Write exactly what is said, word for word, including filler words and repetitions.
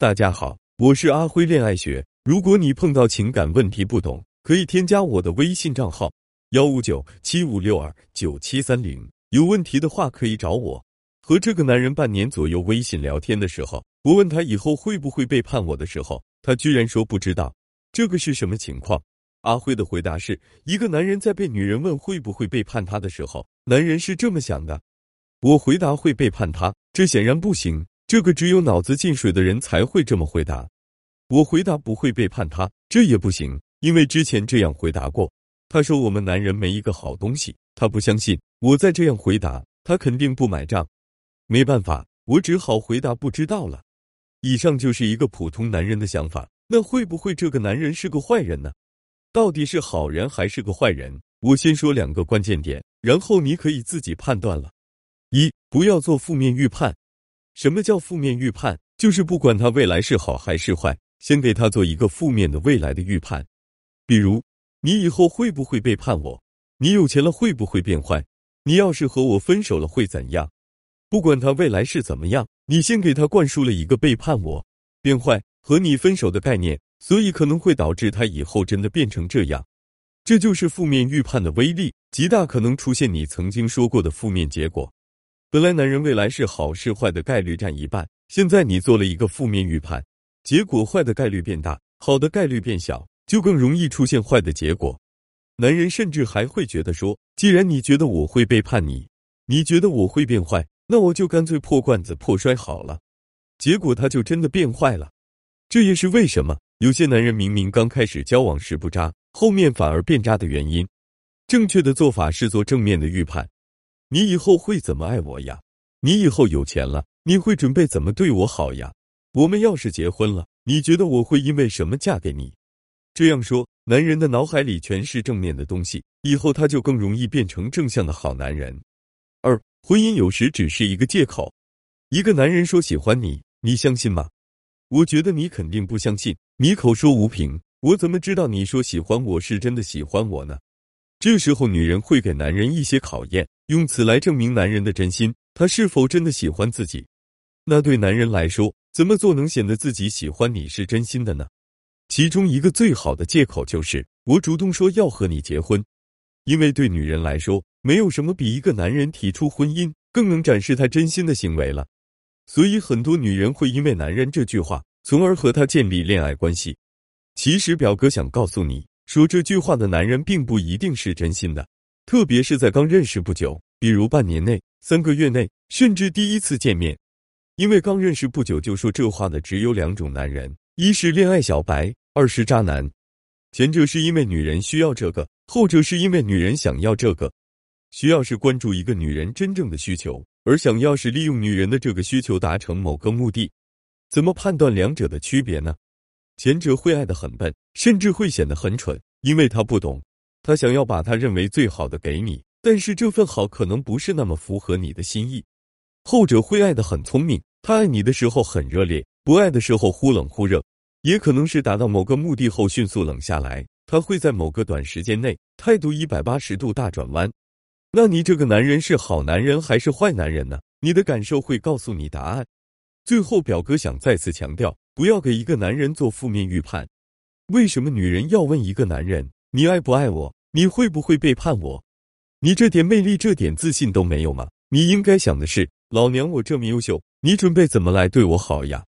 大家好，我是阿辉恋爱学。如果你碰到情感问题不懂，可以添加我的微信账号幺五九七五六二九七三零，有问题的话可以找我。和这个男人半年左右微信聊天的时候，我问他以后会不会背叛我的时候，他居然说不知道。这个是什么情况？阿辉的回答是，一个男人在被女人问会不会背叛他的时候，男人是这么想的。我回答会背叛他，这显然不行，这个只有脑子进水的人才会这么回答。我回答不会背叛他，这也不行，因为之前这样回答过。他说我们男人没一个好东西，他不相信，我再这样回答，他肯定不买账。没办法，我只好回答不知道了。以上就是一个普通男人的想法，那会不会这个男人是个坏人呢？到底是好人还是个坏人？我先说两个关键点，然后你可以自己判断了。一，不要做负面预判。什么叫负面预判？就是不管他未来是好还是坏，先给他做一个负面的未来的预判。比如，你以后会不会背叛我？你有钱了会不会变坏？你要是和我分手了会怎样？不管他未来是怎么样，你先给他灌输了一个背叛我、变坏和你分手的概念，所以可能会导致他以后真的变成这样。这就是负面预判的威力，极大可能出现你曾经说过的负面结果。本来男人未来是好是坏的概率占一半，现在你做了一个负面预判，结果坏的概率变大，好的概率变小，就更容易出现坏的结果。男人甚至还会觉得说，既然你觉得我会背叛你，你觉得我会变坏，那我就干脆破罐子破摔好了。结果他就真的变坏了。这也是为什么有些男人明明刚开始交往时不渣，后面反而变渣的原因。正确的做法是做正面的预判。你以后会怎么爱我呀？你以后有钱了，你会准备怎么对我好呀？我们要是结婚了，你觉得我会因为什么嫁给你？这样说，男人的脑海里全是正面的东西，以后他就更容易变成正向的好男人。二，婚姻有时只是一个借口。一个男人说喜欢你，你相信吗？我觉得你肯定不相信，你口说无凭，我怎么知道你说喜欢我是真的喜欢我呢？这时候女人会给男人一些考验，用此来证明男人的真心，他是否真的喜欢自己。那对男人来说，怎么做能显得自己喜欢你是真心的呢？其中一个最好的借口就是我主动说要和你结婚。因为对女人来说，没有什么比一个男人提出婚姻更能展示他真心的行为了。所以很多女人会因为男人这句话，从而和他建立恋爱关系。其实表哥想告诉你，说这句话的男人并不一定是真心的，特别是在刚认识不久，比如半年内、三个月内，甚至第一次见面。因为刚认识不久就说这话的只有两种男人，一是恋爱小白，二是渣男。前者是因为女人需要这个，后者是因为女人想要这个。需要是关注一个女人真正的需求，而想要是利用女人的这个需求达成某个目的。怎么判断两者的区别呢？前者会爱得很笨，甚至会显得很蠢，因为他不懂，他想要把他认为最好的给你，但是这份好可能不是那么符合你的心意。后者会爱得很聪明，他爱你的时候很热烈，不爱的时候忽冷忽热，也可能是达到某个目的后迅速冷下来，他会在某个短时间内态度一百八十度大转弯。那你这个男人是好男人还是坏男人呢？你的感受会告诉你答案。最后表哥想再次强调，不要给一个男人做负面预判。为什么女人要问一个男人，你爱不爱我？你会不会背叛我？你这点魅力这点自信都没有吗？你应该想的是，老娘我这么优秀，你准备怎么来对我好呀？